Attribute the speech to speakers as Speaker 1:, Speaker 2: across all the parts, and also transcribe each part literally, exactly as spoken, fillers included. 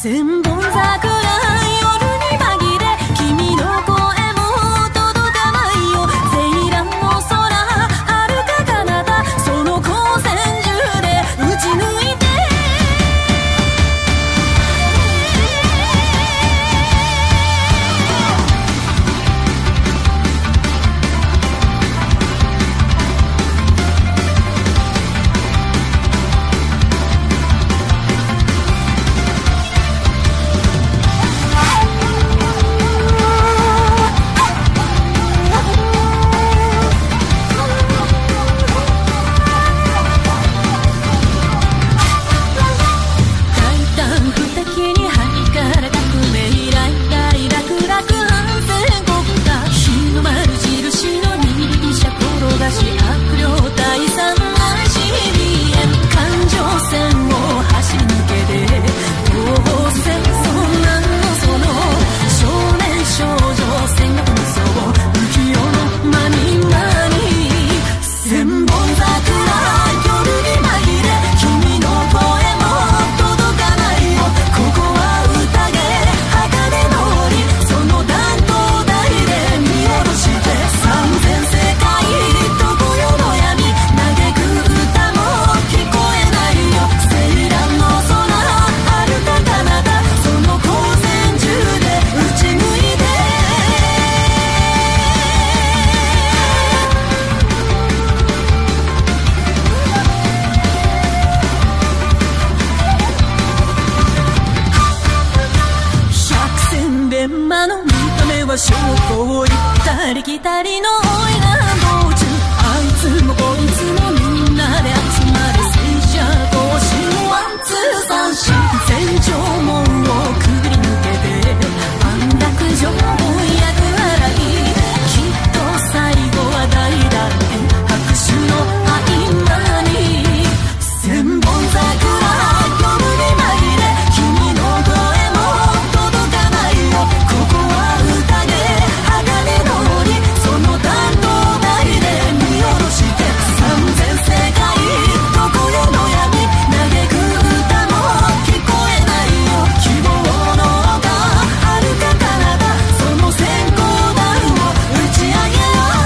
Speaker 1: 証拠を行ったり来たりの花魁道中、あいつもこいつもみんなで集まる戦車行進ワンツー三四全城門をくぐり抜けて安楽城も役払い、きっと最後は大団円拍手の合間に千本桜夜に紛れ君の声も届かないよ、ここは宴鋼の檻その担当台で見下ろして三千世界どこへの闇嘆く歌も聞こえないよ、希望の丘遥か彼方その閃光弾を打ち上げよう。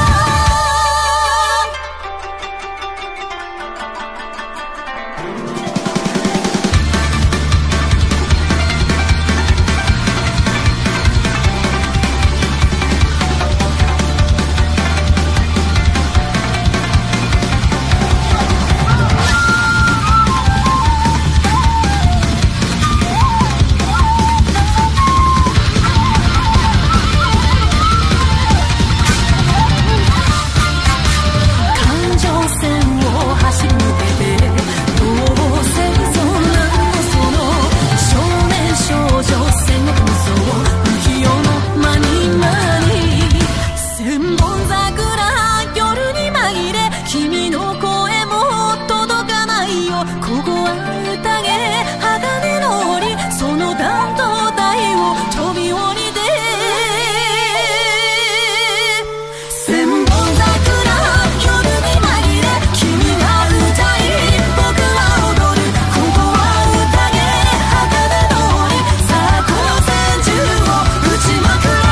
Speaker 1: 環状線を走り抜けてどうせそんなのその少年少女戦国無双不器用の間に間に千本桜夜に紛れ君の声も届かないよ、ここは宴鋼の檻その担当台を飛び降りて千本桜夜に紛れ君が歌い僕は踊る、ここは宴鋼の檻さあ光線銃を撃ちまくれ。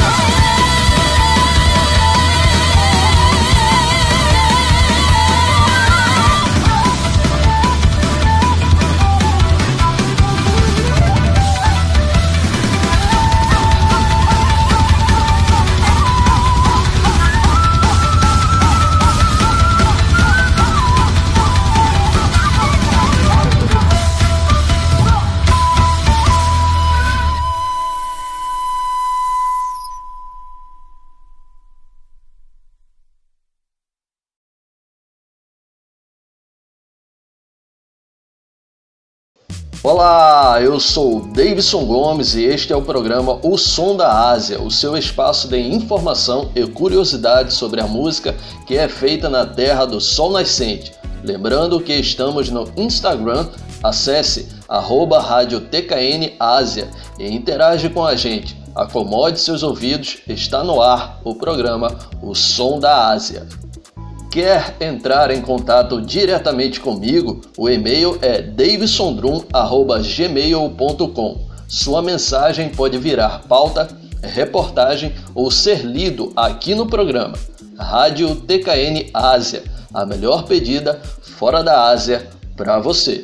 Speaker 2: Olá, eu sou o Davidson Gomes e este é o programa O Som da Ásia, o seu espaço de informação e curiosidade sobre a música que é feita na terra do sol nascente. Lembrando que estamos no Instagram, acesse arroba rádio T K N Ásia e interage com a gente. Acomode seus ouvidos, está no ar o programa O Som da Ásia. Quer entrar em contato diretamente comigo? O e-mail é davidsondrum arroba gmail ponto com. Sua mensagem pode virar pauta, reportagem ou ser lido aqui no programa. Rádio T K N Ásia, a melhor pedida fora da Ásia para você.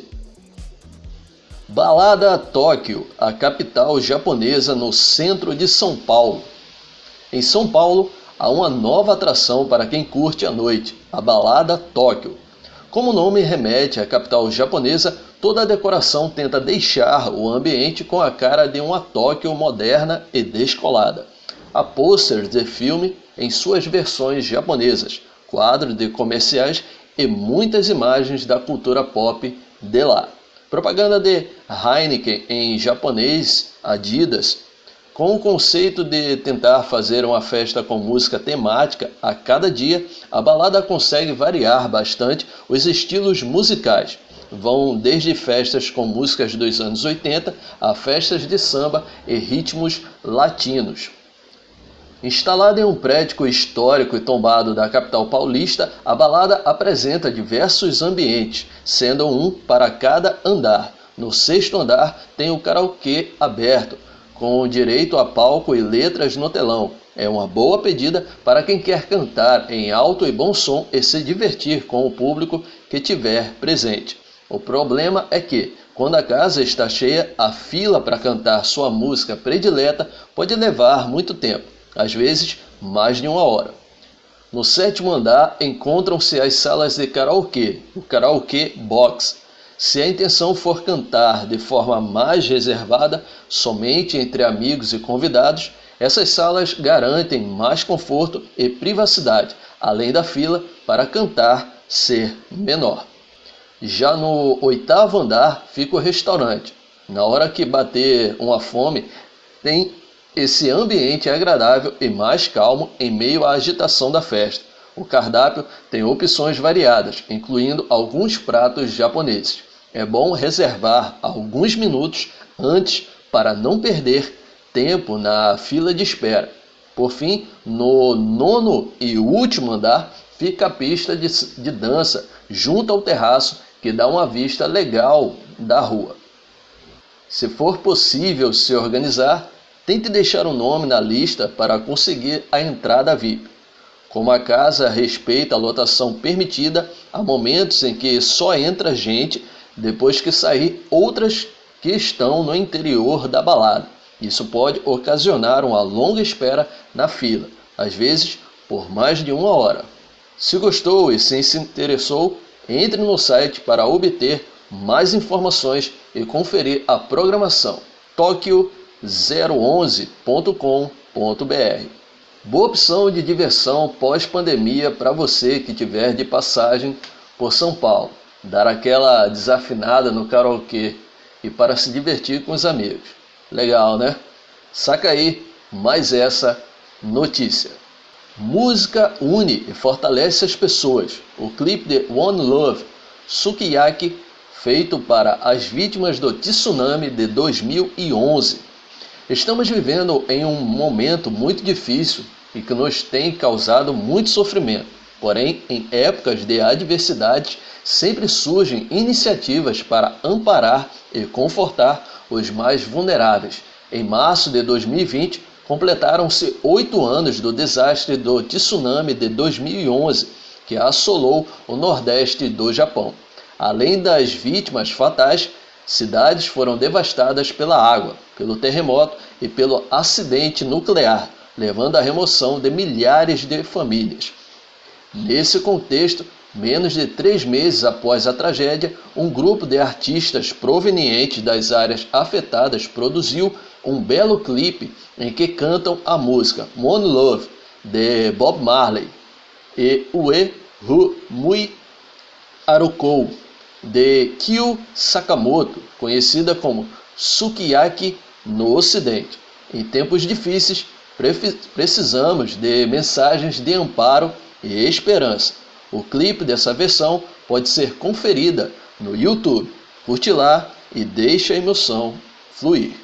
Speaker 2: Balada Tóquio, a capital japonesa no centro de São Paulo. Em São Paulo, há uma nova atração para quem curte a noite, a Balada Tóquio. Como o nome remete à capital japonesa, toda a decoração tenta deixar o ambiente com a cara de uma Tóquio moderna e descolada. Há pôsteres de filme em suas versões japonesas, quadros de comerciais e muitas imagens da cultura pop de lá. Propaganda de Heineken em japonês, Adidas, com o conceito de tentar fazer uma festa com música temática a cada dia, a balada consegue variar bastante os estilos musicais. Vão desde festas com músicas dos anos oitenta a festas de samba e ritmos latinos. Instalada em um prédio histórico e tombado da capital paulista, a balada apresenta diversos ambientes, sendo um para cada andar. No sexto andar tem o karaokê aberto, com direito a palco e letras no telão. É uma boa pedida para quem quer cantar em alto e bom som e se divertir com o público que tiver presente. O problema é que, quando a casa está cheia, a fila para cantar sua música predileta pode levar muito tempo, às vezes mais de uma hora. No sétimo andar encontram-se as salas de karaokê, o karaokê box. Se a intenção for cantar de forma mais reservada, somente entre amigos e convidados, essas salas garantem mais conforto e privacidade, além da fila para cantar ser menor. Já no oitavo andar fica o restaurante. Na hora que bater uma fome, tem esse ambiente agradável e mais calmo em meio à agitação da festa. O cardápio tem opções variadas, incluindo alguns pratos japoneses. É bom reservar alguns minutos antes para não perder tempo na fila de espera. Por fim, no nono e último andar fica a pista de, de dança junto ao terraço, que dá uma vista legal da rua. Se for possível se organizar, tente deixar o nome na lista para conseguir a entrada V I P. Como a casa respeita a lotação permitida, há momentos em que só entra gente depois que sair outras que estão no interior da balada. Isso pode ocasionar uma longa espera na fila, às vezes por mais de uma hora. Se gostou e se interessou, entre no site para obter mais informações e conferir a programação tóquio zero onze ponto com ponto br. Boa opção de diversão pós-pandemia para você que tiver de passagem por São Paulo. Dar aquela desafinada no karaokê e para se divertir com os amigos. Legal, né? Saca aí mais essa notícia. Música une e fortalece as pessoas. O clipe de One Love, Sukiyaki, feito para as vítimas do tsunami de dois mil e onze. Estamos vivendo em um momento muito difícil e que nos tem causado muito sofrimento. Porém, em épocas de adversidade, sempre surgem iniciativas para amparar e confortar os mais vulneráveis. Em março de dois mil e vinte, completaram-se oito anos do desastre do tsunami de dois mil e onze, que assolou o nordeste do Japão. Além das vítimas fatais, cidades foram devastadas pela água, pelo terremoto e pelo acidente nuclear, levando à remoção de milhares de famílias. Nesse contexto, menos de três meses após a tragédia, um grupo de artistas provenientes das áreas afetadas produziu um belo clipe em que cantam a música One Love, de Bob Marley, e Ue Hu Mui Arukou, de Kyo Sakamoto, conhecida como Sukiyaki no Ocidente. Em tempos difíceis, precisamos de mensagens de amparo e esperança. O clipe dessa versão pode ser conferida no YouTube. Curte lá e deixe a emoção fluir.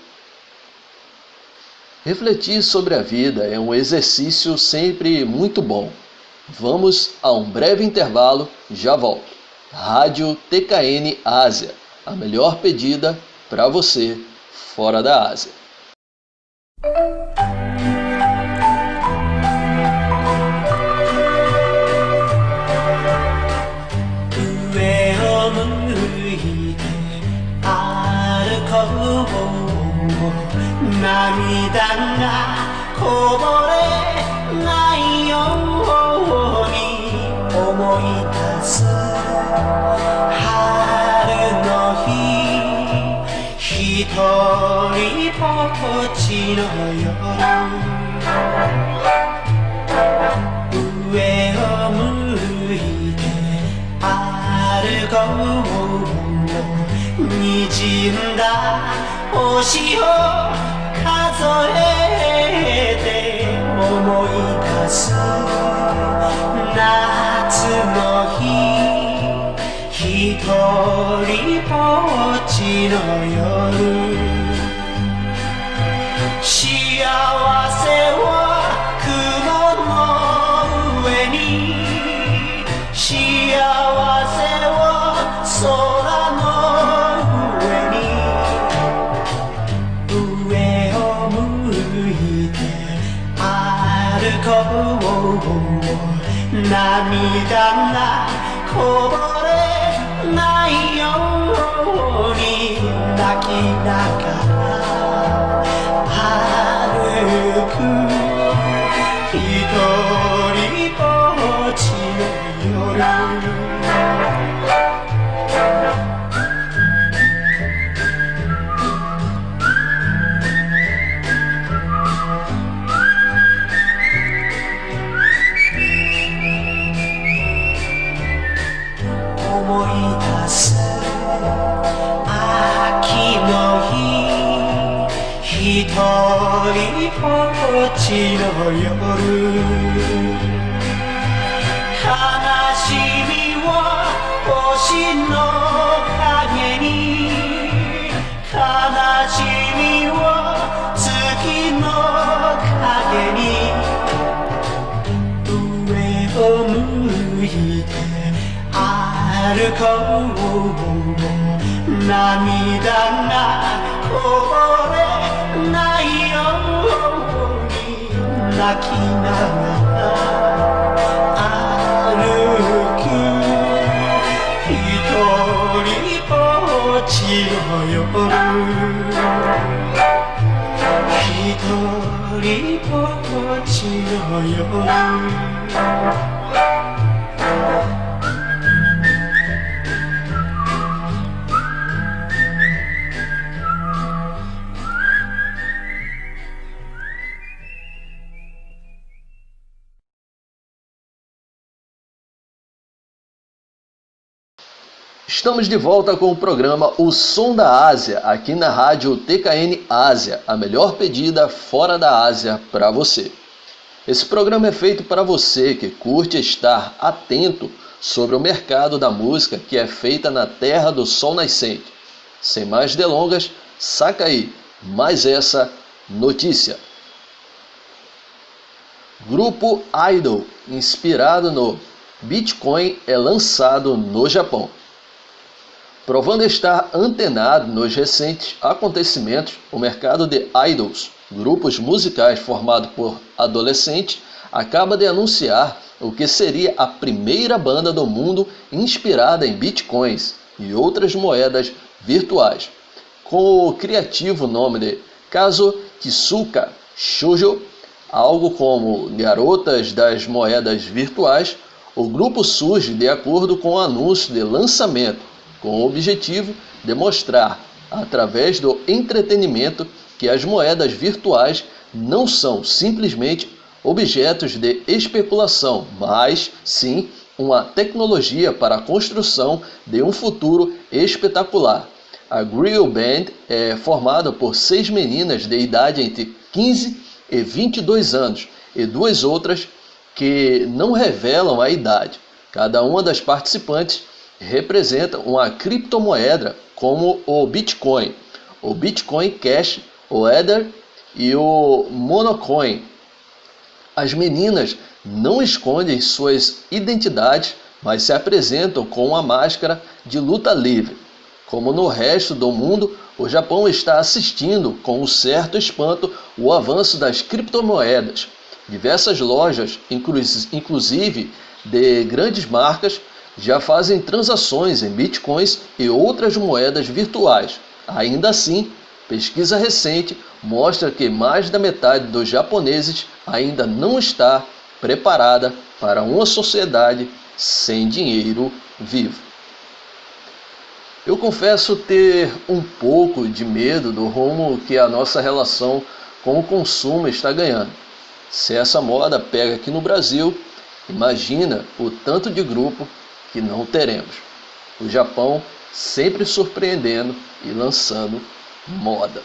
Speaker 2: Refletir sobre a vida é um exercício sempre muito bom. Vamos a um breve intervalo, já volto. Rádio T K N Ásia, a melhor pedida para você fora da Ásia. Estamos de volta com o programa O Som da Ásia, aqui na rádio T K N Ásia, a melhor pedida fora da Ásia para você. Esse programa é feito para você que curte estar atento sobre o mercado da música que é feita na terra do sol nascente. Sem mais delongas, saca aí mais essa notícia. Grupo Idol, inspirado no Bitcoin, é lançado no Japão. Provando estar antenado nos recentes acontecimentos, o mercado de idols, grupos musicais formados por adolescentes, acaba de anunciar o que seria a primeira banda do mundo inspirada em bitcoins e outras moedas virtuais. Com o criativo nome de Kazukisuka Shoujo, algo como Garotas das Moedas Virtuais, o grupo surge de acordo com o anúncio de lançamento, com o objetivo de mostrar, através do entretenimento, que as moedas virtuais não são simplesmente objetos de especulação, mas sim uma tecnologia para a construção de um futuro espetacular. A Grill Band é formada por seis meninas de idade entre quinze e vinte e dois anos e duas outras que não revelam a idade. Cada uma das participantes representa uma criptomoeda como o Bitcoin, o Bitcoin Cash, o Ether e o Monocoin. As meninas não escondem suas identidades, mas se apresentam com uma máscara de luta livre. Como no resto do mundo, o Japão está assistindo com um certo espanto o avanço das criptomoedas. Diversas lojas, inclusive de grandes marcas, já fazem transações em bitcoins e outras moedas virtuais. Ainda assim, pesquisa recente mostra que mais da metade dos japoneses ainda não está preparada para uma sociedade sem dinheiro vivo. Eu confesso ter um pouco de medo do rumo que a nossa relação com o consumo está ganhando. Se essa moda pega aqui no Brasil, imagina o tanto de grupo que não teremos. O Japão sempre surpreendendo e lançando moda.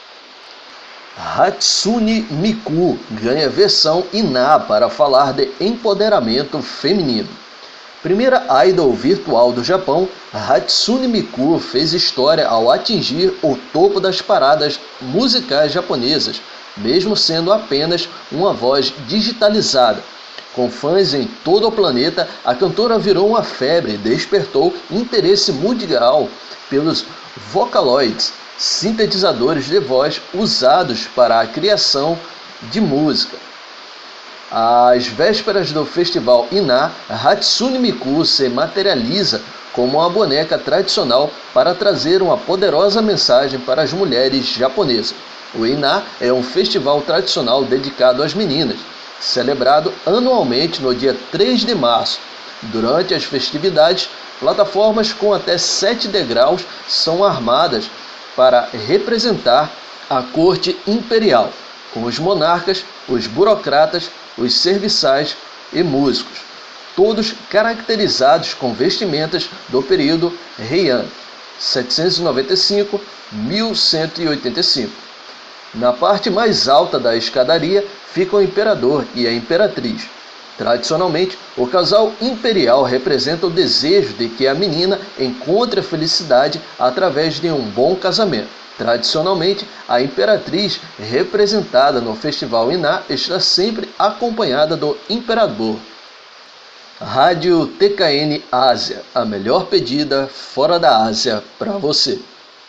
Speaker 2: Hatsune Miku ganha versão Ina para falar de empoderamento feminino. Primeira idol virtual do Japão, Hatsune Miku fez história ao atingir o topo das paradas musicais japonesas, mesmo sendo apenas uma voz digitalizada. Com fãs em todo o planeta, a cantora virou uma febre e despertou interesse mundial pelos Vocaloids, sintetizadores de voz usados para a criação de música. Às vésperas do festival Ina, Hatsune Miku se materializa como uma boneca tradicional para trazer uma poderosa mensagem para as mulheres japonesas. O Ina é um festival tradicional dedicado às meninas, celebrado anualmente no dia três de março. Durante as festividades, plataformas com até sete degraus são armadas para representar a corte imperial, com os monarcas, os burocratas, os serviçais e músicos, todos caracterizados com vestimentas do período Heian, setecentos e noventa e cinco a mil cento e oitenta e cinco. Na parte mais alta da escadaria fica o imperador e a imperatriz. Tradicionalmente, o casal imperial representa o desejo de que a menina encontre a felicidade através de um bom casamento. Tradicionalmente, a imperatriz, representada no Festival Ina, está sempre acompanhada do imperador. Rádio T K N Ásia, a melhor pedida fora da Ásia para você.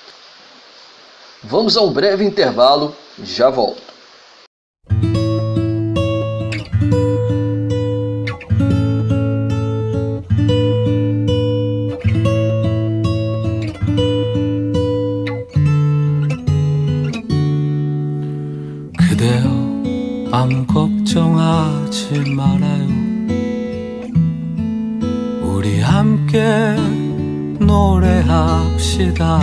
Speaker 2: Vamos a um breve intervalo, já volto.
Speaker 3: 아무 걱정하지 말아요. 우리 함께 노래합시다.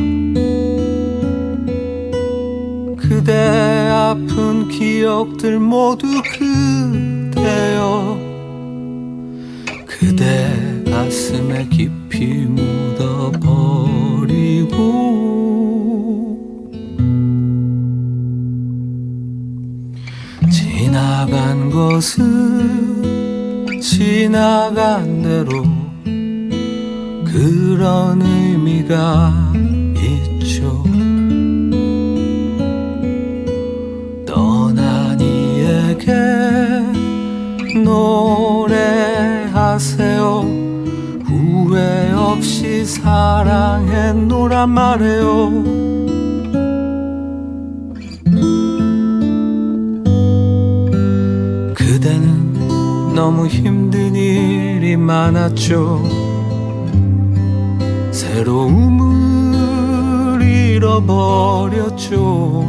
Speaker 3: 그대 아픈 기억들 모두 그대여 그대 가슴에 깊이 묻어버리고 지나간 것은 지나간 대로 그런 의미가 있죠. 떠난 이에게 노래하세요. 후회 없이 사랑했노란 말해요. 그대는 너무 힘든 일이 많았죠. 새로움을 잃어버렸죠.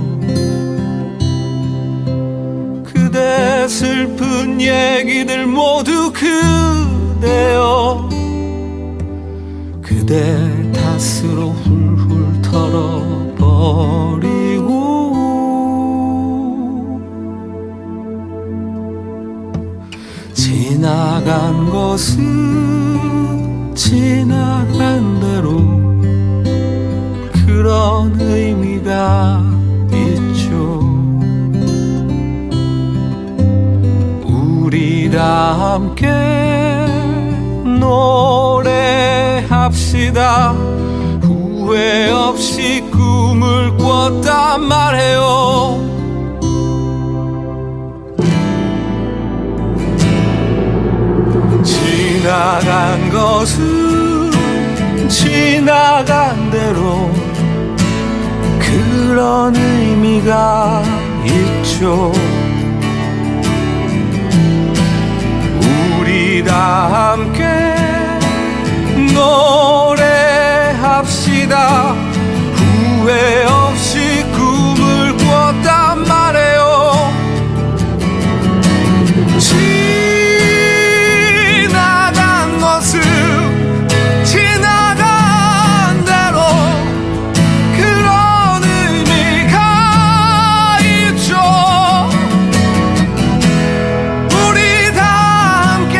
Speaker 3: 그대 슬픈 얘기들 모두 그대여 그대 탓으로 훌훌 털어버리고 지나간 것은 지나간 대로 그런 의미가 있죠. 우리가 함께 노래합시다. 후회 없이 꿈을 꿨단 말해요. 지나간 것은 지나간 대로 그런 의미가 있죠. 우리 다 함께 노래합시다. 후회 없이 꿈을 꿨단 말이에요. 지나간 모습 지나간 대로 그런 의미가 있죠. 우리 다 함께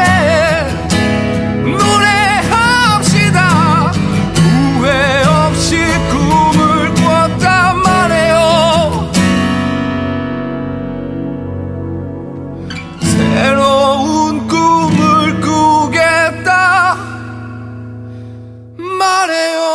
Speaker 3: 노래합시다. 후회 없이 꿈을 꿨단 말이에요. 새로운 꿈을 꾸겠다 말해요.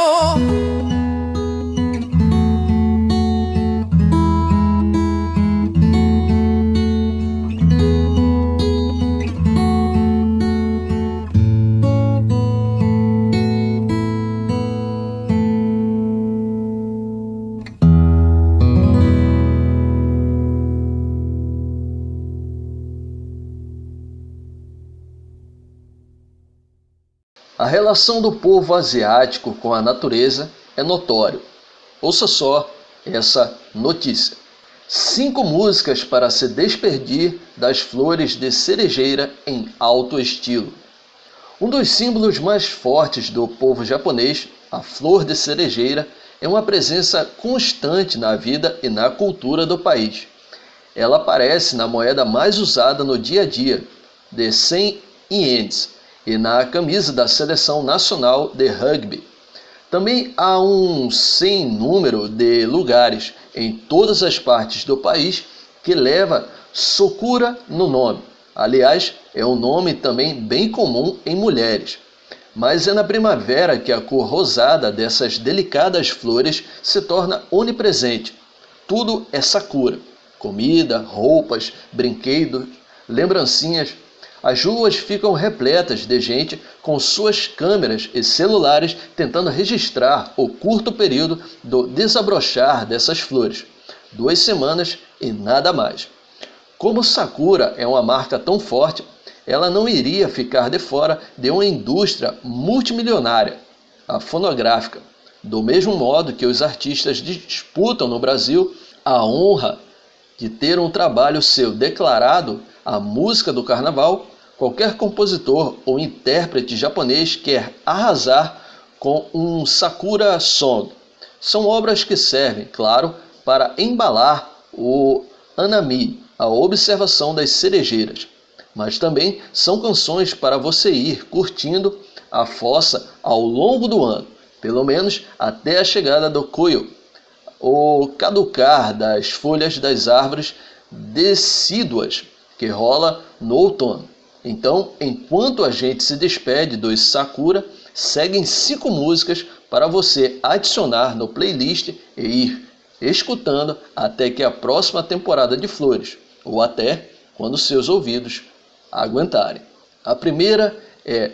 Speaker 2: A relação do povo asiático com a natureza é notório. Ouça só essa notícia. Cinco músicas para se despedir das flores de cerejeira em alto estilo. Um dos símbolos mais fortes do povo japonês, a flor de cerejeira, é uma presença constante na vida e na cultura do país. Ela aparece na moeda mais usada no dia a dia, de cem ienes, e na camisa da seleção nacional de rugby. Também há um sem número de lugares em todas as partes do país que leva Sakura no nome. Aliás, é um nome também bem comum em mulheres. Mas é na primavera que a cor rosada dessas delicadas flores se torna onipresente. Tudo é Sakura: comida, roupas, brinquedos, lembrancinhas. As ruas ficam repletas de gente com suas câmeras e celulares tentando registrar o curto período do desabrochar dessas flores. Duas semanas e nada mais. Como Sakura é uma marca tão forte, ela não iria ficar de fora de uma indústria multimilionária, a fonográfica. Do mesmo modo que os artistas disputam no Brasil a honra de ter um trabalho seu declarado a música do carnaval, qualquer compositor ou intérprete japonês quer arrasar com um Sakura Song. São obras que servem, claro, para embalar o Hanami, a observação das cerejeiras, mas também são canções para você ir curtindo a fossa ao longo do ano, pelo menos até a chegada do Koyo, o caducar das folhas das árvores decíduas que rola no outono. Então, enquanto a gente se despede dos Sakura, seguem cinco músicas para você adicionar no playlist e ir escutando até que a próxima temporada de flores, ou até quando seus ouvidos aguentarem. A primeira é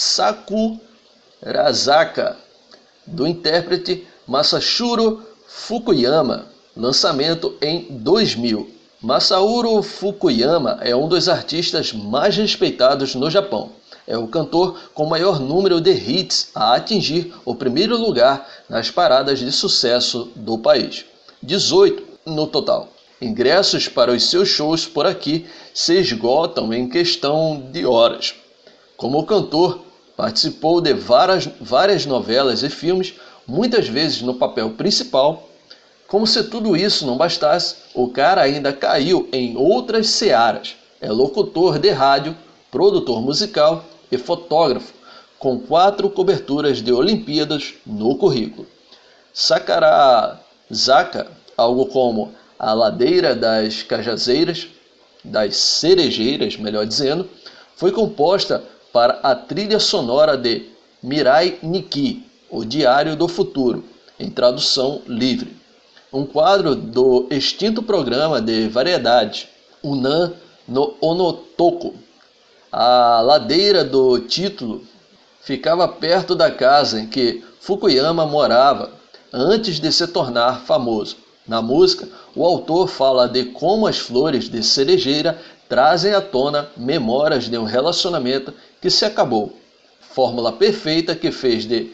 Speaker 2: Sakurazaka, do intérprete Masahiro Fukuyama, lançamento em dois mil. Masahiro Fukuyama é um dos artistas mais respeitados no Japão. É o cantor com maior número de hits a atingir o primeiro lugar nas paradas de sucesso do país. dezoito no total. Ingressos para os seus shows por aqui se esgotam em questão de horas. Como cantor, participou de várias, várias novelas e filmes, muitas vezes no papel principal. Como se tudo isso não bastasse, o cara ainda caiu em outras searas. É locutor de rádio, produtor musical e fotógrafo, com quatro coberturas de Olimpíadas no currículo. Sakurazaka, algo como a ladeira das cajazeiras, das cerejeiras, melhor dizendo, foi composta para a trilha sonora de Mirai Nikki, o Diário do Futuro, em tradução livre. Um quadro do extinto programa de variedades Unan no Onotoko. A ladeira do título ficava perto da casa em que Fukuyama morava antes de se tornar famoso. Na música, o autor fala de como as flores de cerejeira trazem à tona memórias de um relacionamento que se acabou. Fórmula perfeita que fez de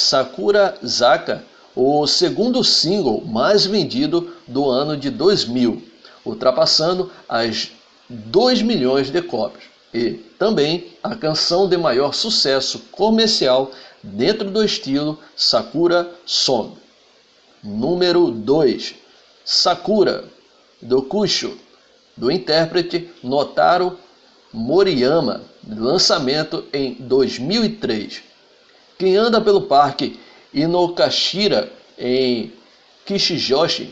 Speaker 2: Sakurazaka o segundo single mais vendido do ano de dois mil, ultrapassando as dois milhões de cópias. E também a canção de maior sucesso comercial dentro do estilo Sakura Song. Número dois. Sakura, do Kusho, do intérprete Notaro Moriyama, lançamento em dois mil e três. Quem anda pelo parque Inokashira, em Kishijoshi,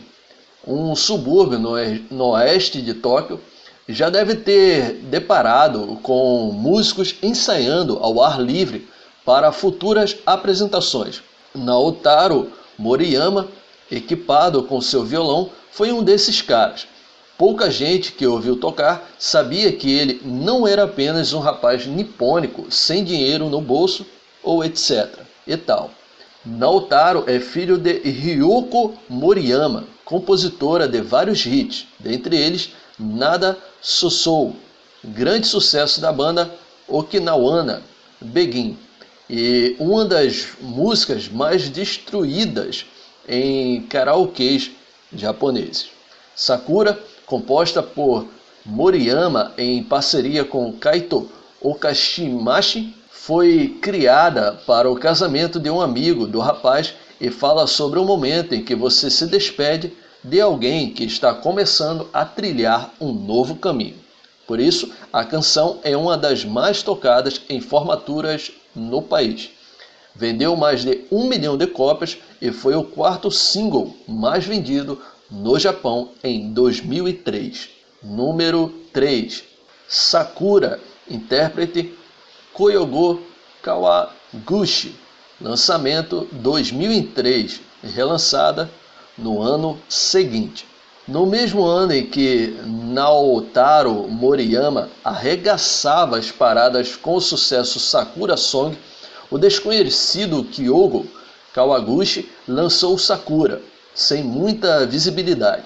Speaker 2: um subúrbio no oeste de Tóquio, já deve ter deparado com músicos ensaiando ao ar livre para futuras apresentações. Naotaro Moriyama, equipado com seu violão, foi um desses caras. Pouca gente que ouviu tocar sabia que ele não era apenas um rapaz nipônico, sem dinheiro no bolso, ou etcétera. E tal. Naotaro é filho de Ryuko Moriyama, compositora de vários hits, dentre eles Nada Sosou, grande sucesso da banda Okinawana Begin, e uma das músicas mais destruídas em karaokês japoneses. Sakura, composta por Moriyama em parceria com Kaito Okashimashi, foi criada para o casamento de um amigo do rapaz e fala sobre o momento em que você se despede de alguém que está começando a trilhar um novo caminho. Por isso, a canção é uma das mais tocadas em formaturas no país. Vendeu mais de um milhão de cópias e foi o quarto single mais vendido no Japão em dois mil e três. Número três. Sakura, intérprete Koyogo Kawaguchi, lançamento dois mil e três, relançada no ano seguinte. No mesmo ano em que Naotaro Moriyama arregaçava as paradas com o sucesso Sakura Song, o desconhecido Kyogo Kawaguchi lançou Sakura, sem muita visibilidade.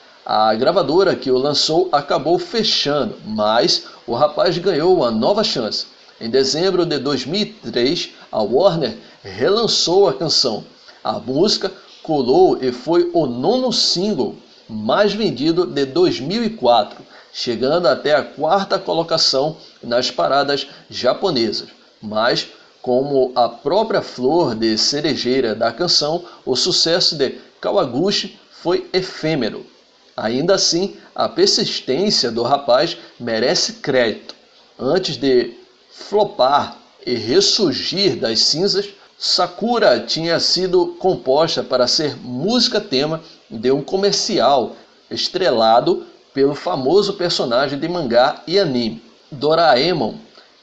Speaker 2: A gravadora que o lançou acabou fechando, mas o rapaz ganhou uma nova chance. Em dezembro de dois mil e três, a Warner relançou a canção. A música colou e foi o nono single mais vendido de dois mil e quatro, chegando até a quarta colocação nas paradas japonesas. Mas, como a própria flor de cerejeira da canção, o sucesso de Kawaguchi foi efêmero. Ainda assim, a persistência do rapaz merece crédito. Antes de flopar e ressurgir das cinzas, Sakura tinha sido composta para ser música-tema de um comercial estrelado pelo famoso personagem de mangá e anime, Doraemon,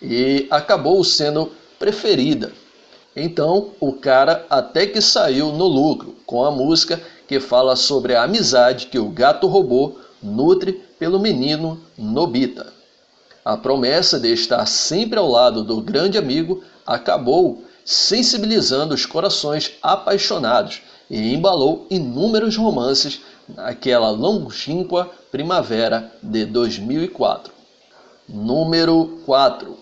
Speaker 2: e acabou sendo preferida. Então, o cara até que saiu no lucro com a música que fala sobre a amizade que o gato robô nutre pelo menino Nobita. A promessa de estar sempre ao lado do grande amigo acabou sensibilizando os corações apaixonados e embalou inúmeros romances naquela longínqua primavera de dois mil e quatro. Número quatro.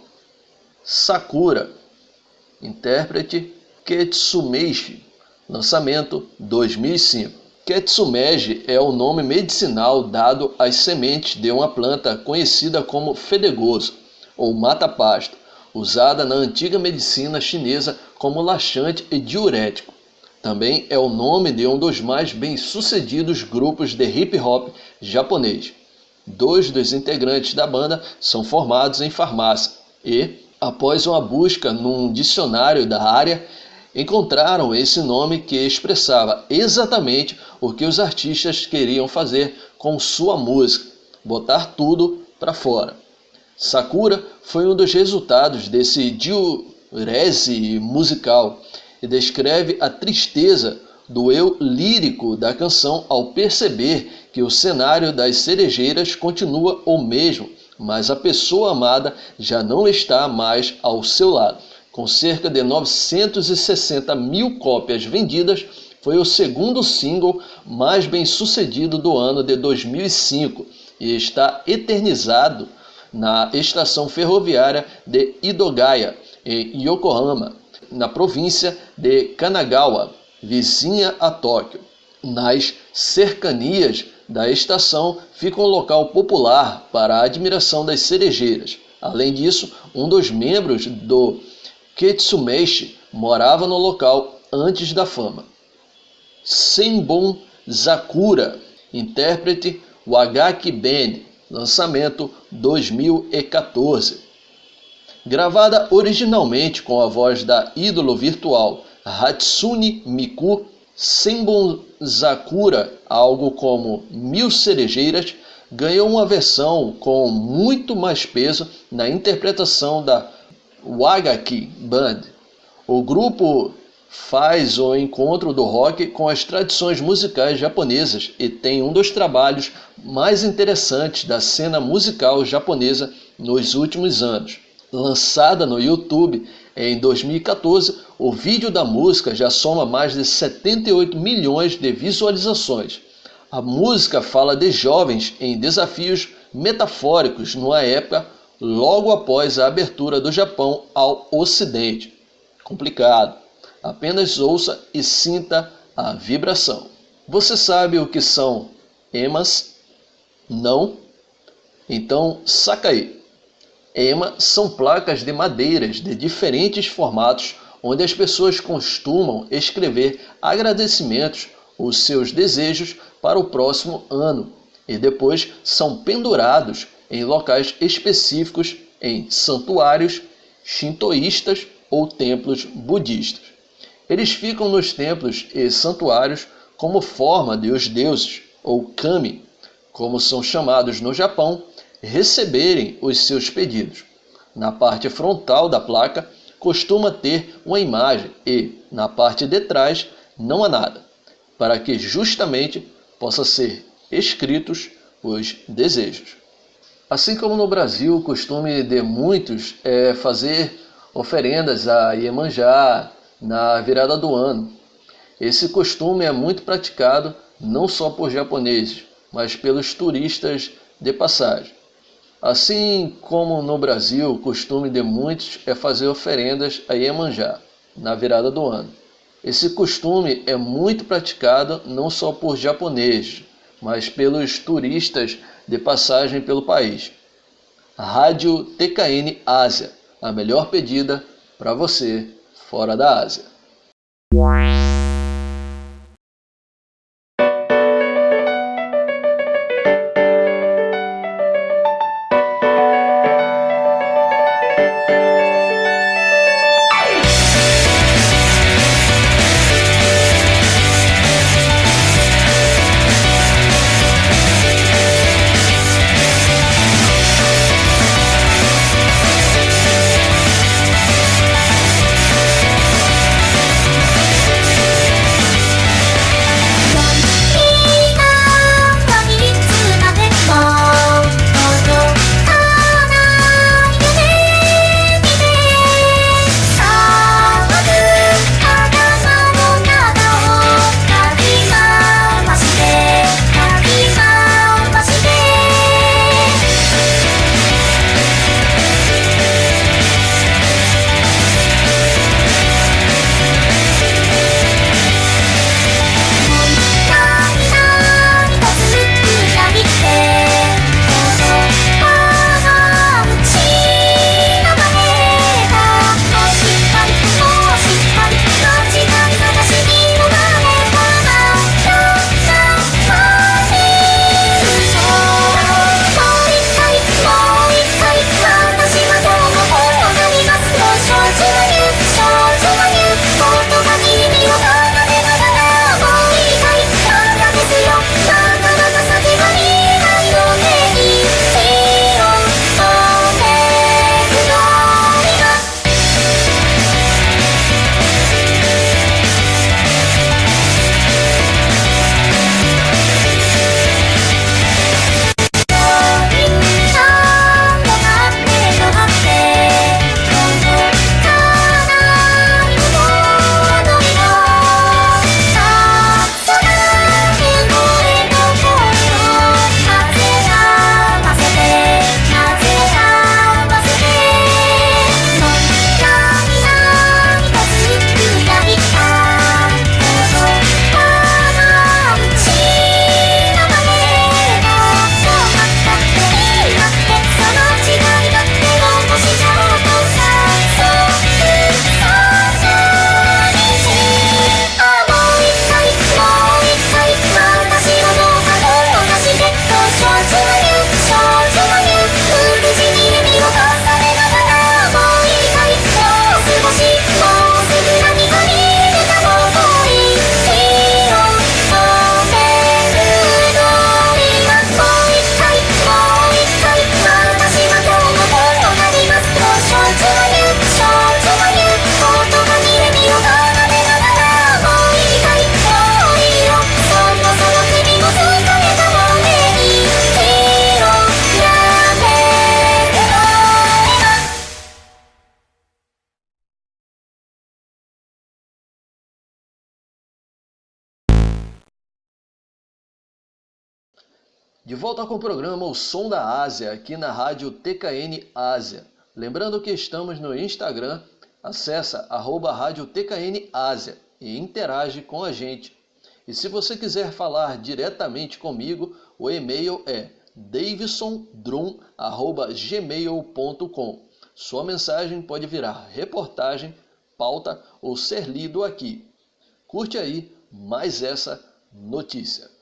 Speaker 2: Sakura, intérprete Ketsumeiji, lançamento dois mil e cinco. Ketsumeiji é o nome medicinal dado às sementes de uma planta conhecida como fedegoso ou mata-pasto, usada na antiga medicina chinesa como laxante e diurético. Também é o nome de um dos mais bem-sucedidos grupos de hip-hop japonês. Dois dos integrantes da banda são formados em farmácia e, após uma busca num dicionário da área, encontraram esse nome que expressava exatamente o que os artistas queriam fazer com sua música, botar tudo para fora. Sakura foi um dos resultados desse diurese musical e descreve a tristeza do eu lírico da canção ao perceber que o cenário das cerejeiras continua o mesmo, mas a pessoa amada já não está mais ao seu lado. com cerca de novecentas e sessenta mil cópias vendidas, foi o segundo single mais bem sucedido do ano de dois mil e cinco e está eternizado na estação ferroviária de Hidogaya, em Yokohama, na província de Kanagawa, vizinha a Tóquio. Nas cercanias da estação fica um local popular para a admiração das cerejeiras. Além disso, um dos membros do Ketsumeshi morava no local antes da fama. Senbon Zakura, intérprete Wagaki Band, lançamento dois mil e quatorze. Gravada originalmente com a voz da ídolo virtual Hatsune Miku, Senbon Zakura, algo como Mil Cerejeiras, ganhou uma versão com muito mais peso na interpretação da Wagaki Band. O grupo faz o encontro do rock com as tradições musicais japonesas e tem um dos trabalhos mais interessantes da cena musical japonesa nos últimos anos. Lançada no YouTube em dois mil e quatorze, o vídeo da música já soma mais de setenta e oito milhões de visualizações. A música fala de jovens em desafios metafóricos numa época logo após a abertura do Japão ao Ocidente. Complicado. Apenas ouça e sinta a vibração. Você sabe o que são emas? Não? Então saca aí. Ema são placas de madeiras de diferentes formatos onde as pessoas costumam escrever agradecimentos ou seus desejos para o próximo ano e depois são pendurados em locais específicos em santuários shintoístas ou templos budistas. Eles ficam nos templos e santuários como forma de os deuses, ou kami, como são chamados no Japão, receberem os seus pedidos. Na parte frontal da placa costuma ter uma imagem e, na parte de trás, não há nada, para que justamente possa ser escritos os desejos. Assim como no Brasil, o costume de muitos é fazer oferendas a Iemanjá na virada do ano. Esse costume é muito praticado não só por japoneses, mas pelos turistas de passagem. Assim como no Brasil, o costume de muitos é fazer oferendas a Iemanjá na virada do ano. Esse costume é muito praticado não só por japoneses, mas pelos turistas de passagem pelo país. Rádio T K N Ásia, a melhor pedida para você fora da Ásia.
Speaker 3: 「
Speaker 2: De volta com o programa O Som da Ásia, aqui na rádio T K N Ásia. Lembrando que estamos no Instagram, acessa arroba rádio T K N Ásia e interage com a gente. E se você quiser falar diretamente comigo, o e-mail é davison drum arroba gmail ponto com. Sua mensagem pode virar reportagem, pauta ou ser lido aqui. Curte aí mais essa notícia.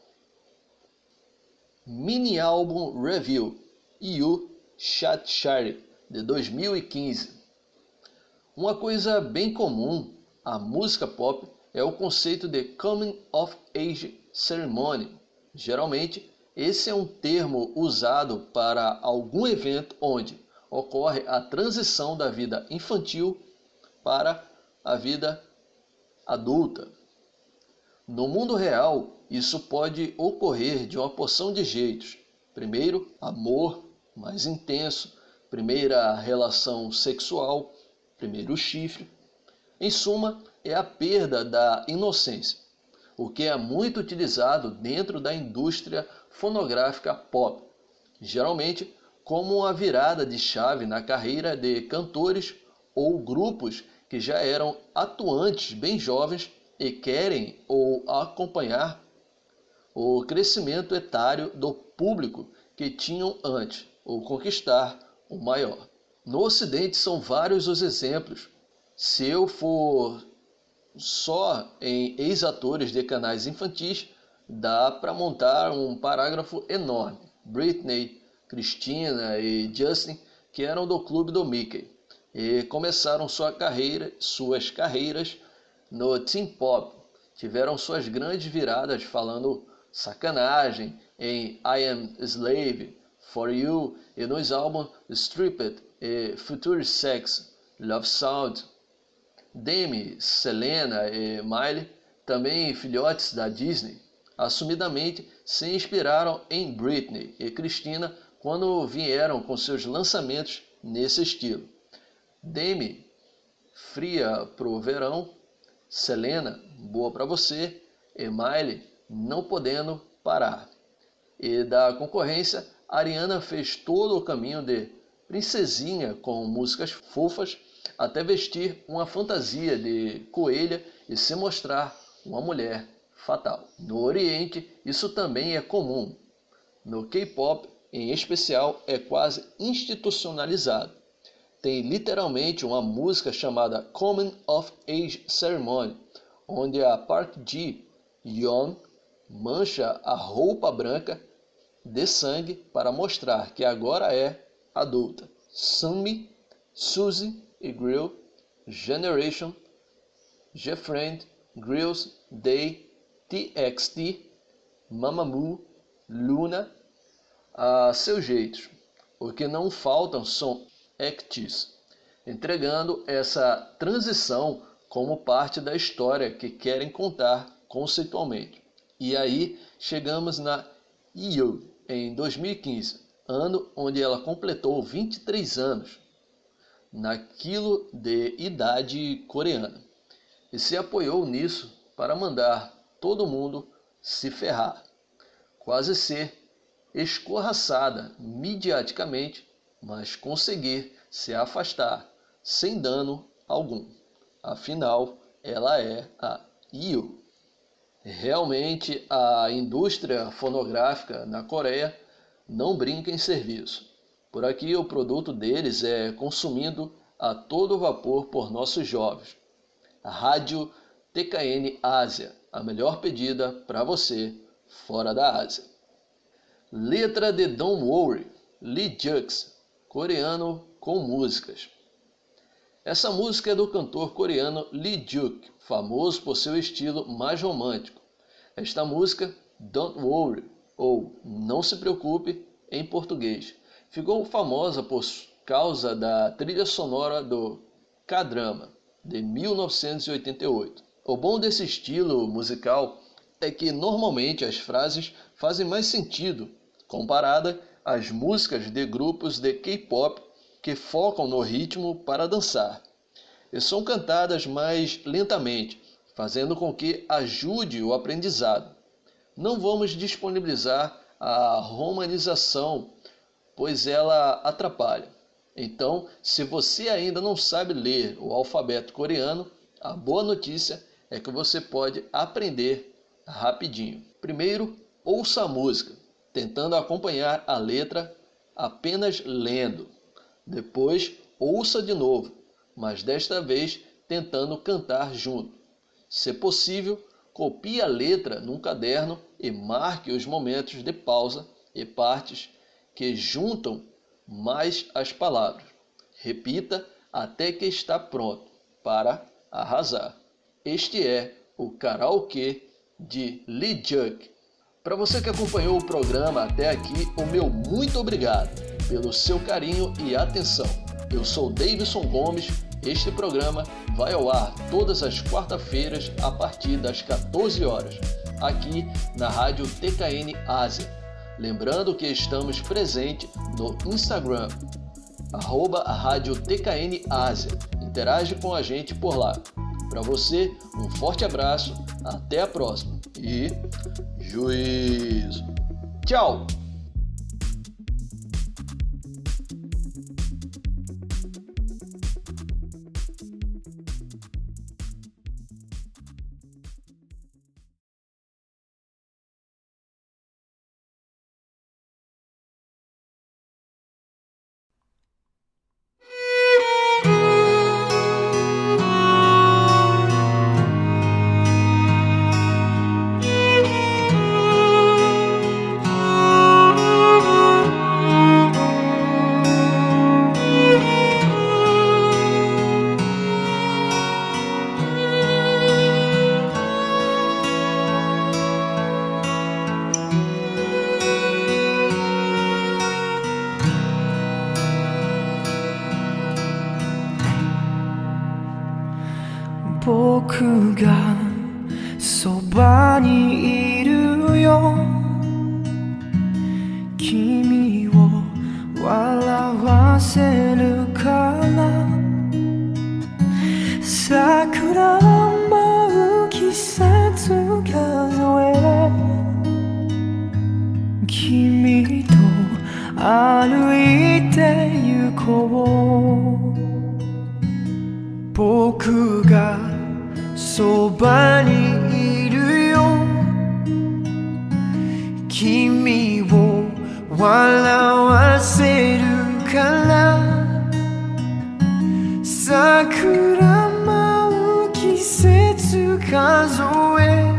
Speaker 2: Mini álbum Review You Chatshari de dois mil e quinze. Uma coisa bem comum à música pop é o conceito de Coming of Age Ceremony. Geralmente, esse é um termo usado para algum evento onde ocorre a transição da vida infantil para a vida adulta. No mundo real, isso pode ocorrer de uma porção de jeitos. Primeiro, amor mais intenso, primeira relação sexual, primeiro chifre. Em suma, é a perda da inocência, o que é muito utilizado dentro da indústria fonográfica pop, geralmente como uma virada de chave na carreira de cantores ou grupos que já eram atuantes bem jovens e querem ou acompanhar o crescimento etário do público que tinham antes, ou conquistar o maior. No Ocidente são vários os exemplos. Se eu for só em ex-atores de canais infantis, dá para montar um parágrafo enorme. Britney, Christina e Justin, que eram do clube do Mickey, e começaram sua carreira, suas carreiras no teen pop, tiveram suas grandes viradas falando sacanagem em I Am Slave, For You e nos álbuns Stripped e Future Sex, Love Sound. Demi, Selena e Miley, também filhotes da Disney, assumidamente se inspiraram em Britney e Christina quando vieram com seus lançamentos nesse estilo. Demi, fria pro verão, Selena, boa pra você, e Miley, não podendo parar. E da concorrência, Ariana fez todo o caminho de princesinha com músicas fofas até vestir uma fantasia de coelha e se mostrar uma mulher fatal. No Oriente, isso também é comum. No K-pop, em especial, é quase institucionalizado. Tem literalmente uma música chamada Coming of Age Ceremony, onde a Park Ji-yeon mancha a roupa branca de sangue para mostrar que agora é adulta. Sunmi, Suzy e Grill, Generation, G-Friend, Grills, Day, T X T, Mamamoo, Luna, a seus jeitos. O que não faltam são acts, entregando essa transição como parte da história que querem contar conceitualmente. E aí chegamos na I U em dois mil e quinze, ano onde ela completou vinte e três anos, naquilo de idade coreana, e se apoiou nisso para mandar todo mundo se ferrar, quase ser escorraçada midiaticamente, mas conseguir se afastar sem dano algum. Afinal, ela é a I U. Realmente, a indústria fonográfica na Coreia não brinca em serviço. Por aqui, o produto deles é consumido a todo vapor por nossos jovens. A Rádio T K N Ásia, a melhor pedida para você fora da Ásia. Letra de Don't Worry, Lee Jux, coreano com músicas. Essa música é do cantor coreano Lee Juk, famoso por seu estilo mais romântico. Esta música, Don't Worry, ou Não Se Preocupe, em português, ficou famosa por causa da trilha sonora do K-drama, de mil novecentos e oitenta e oito. O bom desse estilo musical é que normalmente as frases fazem mais sentido comparada às músicas de grupos de K-pop que focam no ritmo para dançar e são cantadas mais lentamente, fazendo com que ajude o aprendizado. Não vamos disponibilizar a romanização, pois ela atrapalha. Então, se você ainda não sabe ler o alfabeto coreano, a boa notícia é que você pode aprender rapidinho. Primeiro, ouça a música, tentando acompanhar a letra apenas lendo. Depois, ouça de novo, mas desta vez tentando cantar junto. Se possível, copie a letra num caderno e marque os momentos de pausa e partes que juntam mais as palavras. Repita até que está pronto para arrasar. Este é o karaokê de Lee Juk. Para você que acompanhou o programa até aqui, o meu muito obrigado pelo seu carinho e atenção. Eu sou Davidson Gomes. Este programa vai ao ar todas as quarta-feiras a partir das quatorze horas, aqui na Rádio T K N Ásia. Lembrando que estamos presentes no Instagram, arroba a Rádio T K N Ásia. Interage com a gente por lá. Para você, um forte abraço, até a próxima e juízo. Tchau!
Speaker 3: 僕がそばにいるよ君を笑わせるから桜舞う季節数え君と歩いて行こう僕がそばにいるよ君を笑わせるから桜舞う季節数え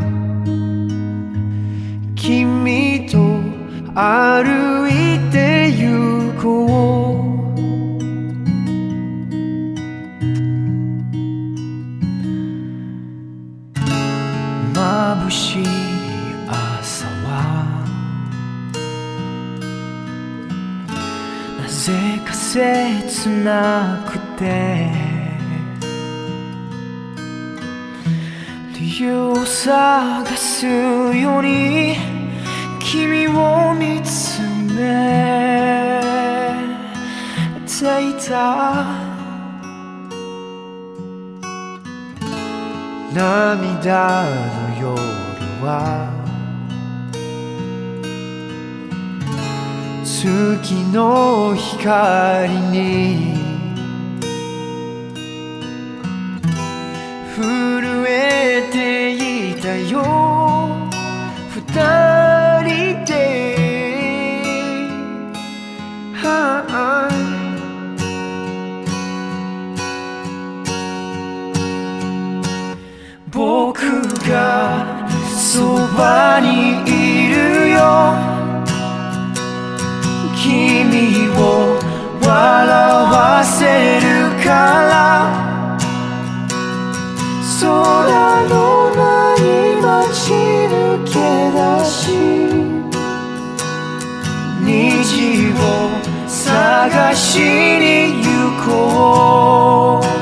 Speaker 3: 君と歩いて行こう眩しい朝はなぜか切なくて理由を探すように君を見つめていた涙の夜は月の光に震えていたよ二人で、はあ僕がそばにいるよ君を笑わせるから空のない街抜け出し虹を探しに行こう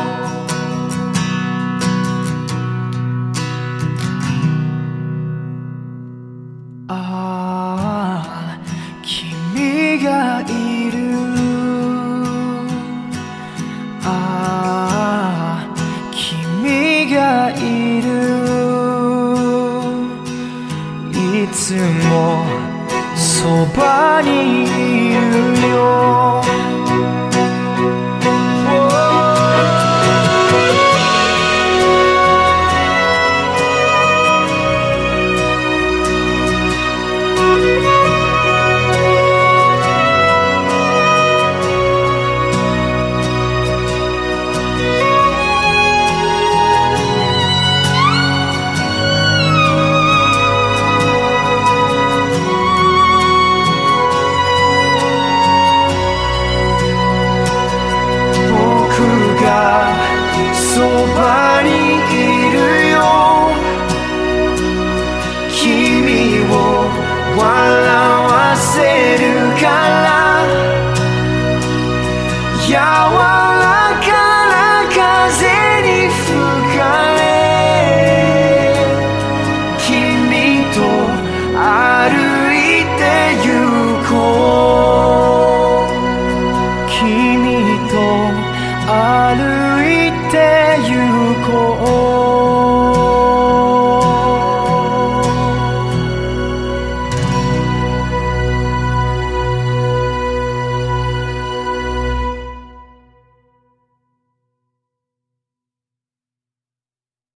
Speaker 3: 君がいるああ君がいるいつもそてゆ